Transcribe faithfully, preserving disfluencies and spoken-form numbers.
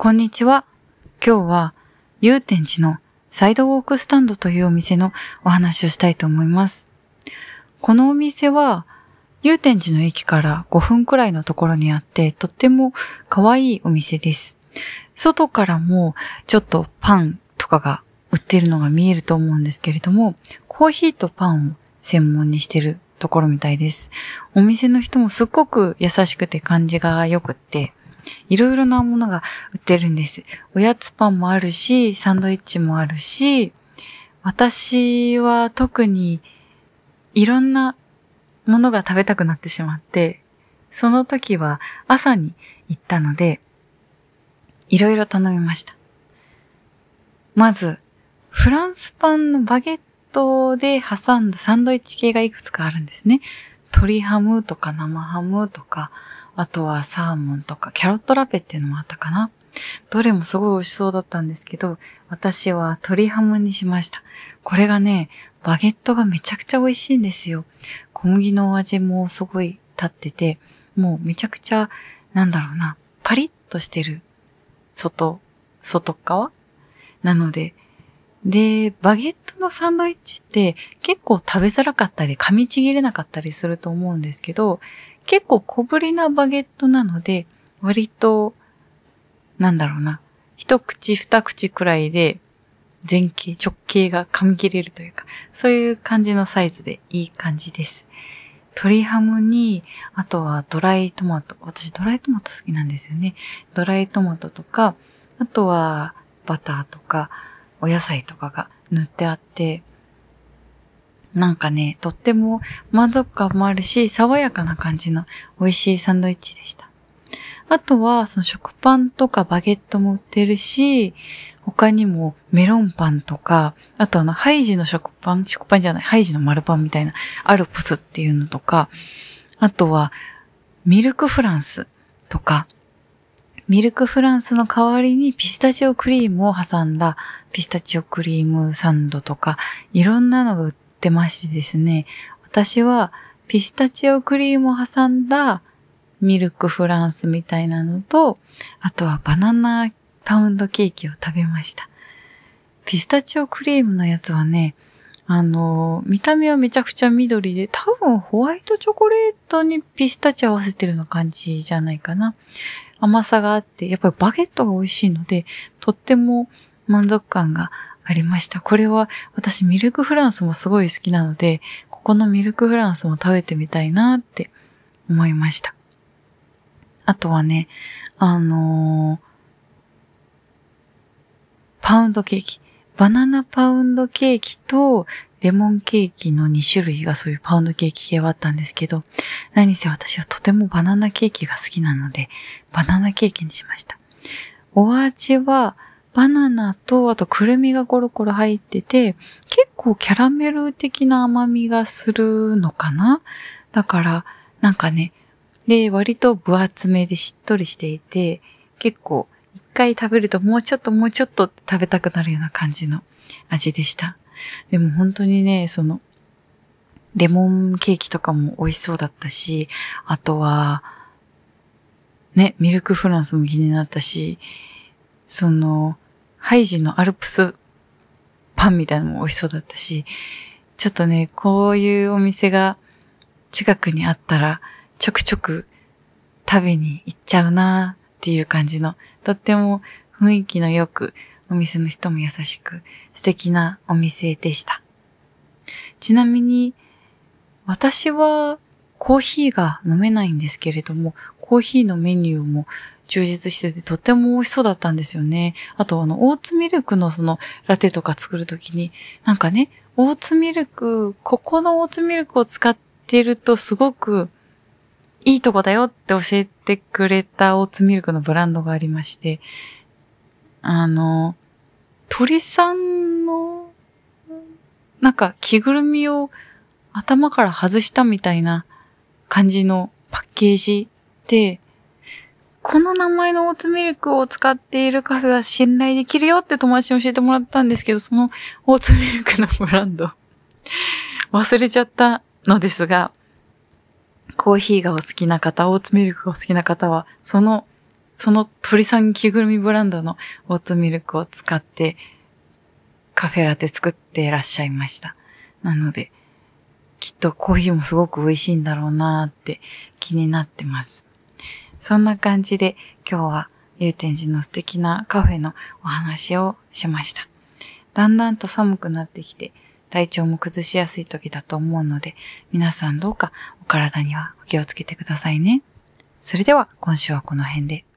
こんにちは。今日は、祐天寺のサイドウォークスタンドというお店のお話をしたいと思います。このお店は、祐天寺の駅からごふんくらいのところにあって、とっても可愛いお店です。外からもちょっとパンとかが売ってるのが見えると思うんですけれども、コーヒーとパンを専門にしてるところみたいです。お店の人もすっごく優しくて感じが良くって、いろいろなものが売ってるんです。おやつパンもあるし、サンドイッチもあるし、私は特にいろんなものが食べたくなってしまって、その時は朝に行ったので、いろいろ頼みました。まず、フランスパンのバゲットで挟んだサンドイッチ系がいくつかあるんですね。鶏ハムとか生ハムとか、あとはサーモンとかキャロットラペっていうのもあったかな。どれもすごい美味しそうだったんですけど、私は鶏ハムにしました。これがね、バゲットがめちゃくちゃ美味しいんですよ。小麦の味もすごい立ってて、もうめちゃくちゃ、なんだろうな、パリッとしてる外、外側なので、で、バゲットのサンドイッチって結構食べづらかったり噛みちぎれなかったりすると思うんですけど、結構小ぶりなバゲットなので、割と、なんだろうな、一口二口くらいで前径、直径が噛み切れるというか、そういう感じのサイズでいい感じです。鶏ハムに、あとはドライトマト。私ドライトマト好きなんですよね。ドライトマトとか、あとはバターとか、お野菜とかが塗ってあって、なんかね、とっても満足感もあるし、爽やかな感じの美味しいサンドイッチでした。あとは、その食パンとかバゲットも売ってるし、他にもメロンパンとか、あとあの、ハイジの食パン、食パンじゃない、ハイジの丸パンみたいな、アルプスっていうのとか、あとは、ミルクフランスとか、ミルクフランスの代わりにピスタチオクリームを挟んだピスタチオクリームサンドとか、いろんなのが売ってましてですね、私はピスタチオクリームを挟んだミルクフランスみたいなのと、あとはバナナパウンドケーキを食べました。ピスタチオクリームのやつはね、あの、見た目はめちゃくちゃ緑で、多分ホワイトチョコレートにピスタチオ合わせてるような感じじゃないかな。甘さがあって、やっぱりバゲットが美味しいので、とっても満足感がありました。これは私ミルクフランスもすごい好きなので、ここのミルクフランスも食べてみたいなって思いました。あとはね、あのー、パウンドケーキ。バナナパウンドケーキとレモンケーキのに種類がそういうパウンドケーキ系はあったんですけど、何せ私はとてもバナナケーキが好きなので、バナナケーキにしました。お味はバナナとあとくるみがゴロゴロ入ってて、結構キャラメル的な甘みがするのかな？だから、なんかね、で、割と分厚めでしっとりしていて、結構一回食べるともうちょっともうちょっと食べたくなるような感じの味でした。でも本当にね、その、レモンケーキとかも美味しそうだったし、あとは、ね、ミルクフランスも気になったし、その、ハイジのアルプスパンみたいなのも美味しそうだったし、ちょっとね、こういうお店が近くにあったら、ちょくちょく食べに行っちゃうなっていう感じの、とっても雰囲気のよく、お店の人も優しく、素敵なお店でした。ちなみに、私はコーヒーが飲めないんですけれども、コーヒーのメニューも充実しててとっても美味しそうだったんですよね。あとあの、オーツミルクのそのラテとか作るときに、なんかね、オーツミルク、ここのオーツミルクを使ってるとすごくいいとこだよって教えてくれたオーツミルクのブランドがありまして、あの、鳥さんの、なんか着ぐるみを頭から外したみたいな感じのパッケージで、この名前のオーツミルクを使っているカフェは信頼できるよって友達に教えてもらったんですけど、そのオーツミルクのブランド忘れちゃったのですが、コーヒーがお好きな方、オーツミルクがお好きな方は、そのその鳥さん着ぐるみブランドのオーツミルクを使ってカフェラテ作っていらっしゃいました。なので、きっとコーヒーもすごく美味しいんだろうなーって気になってます。そんな感じで今日は祐天寺の素敵なカフェのお話をしました。だんだんと寒くなってきて体調も崩しやすい時だと思うので、皆さんどうかお体にはお気をつけてくださいね。それでは今週はこの辺で。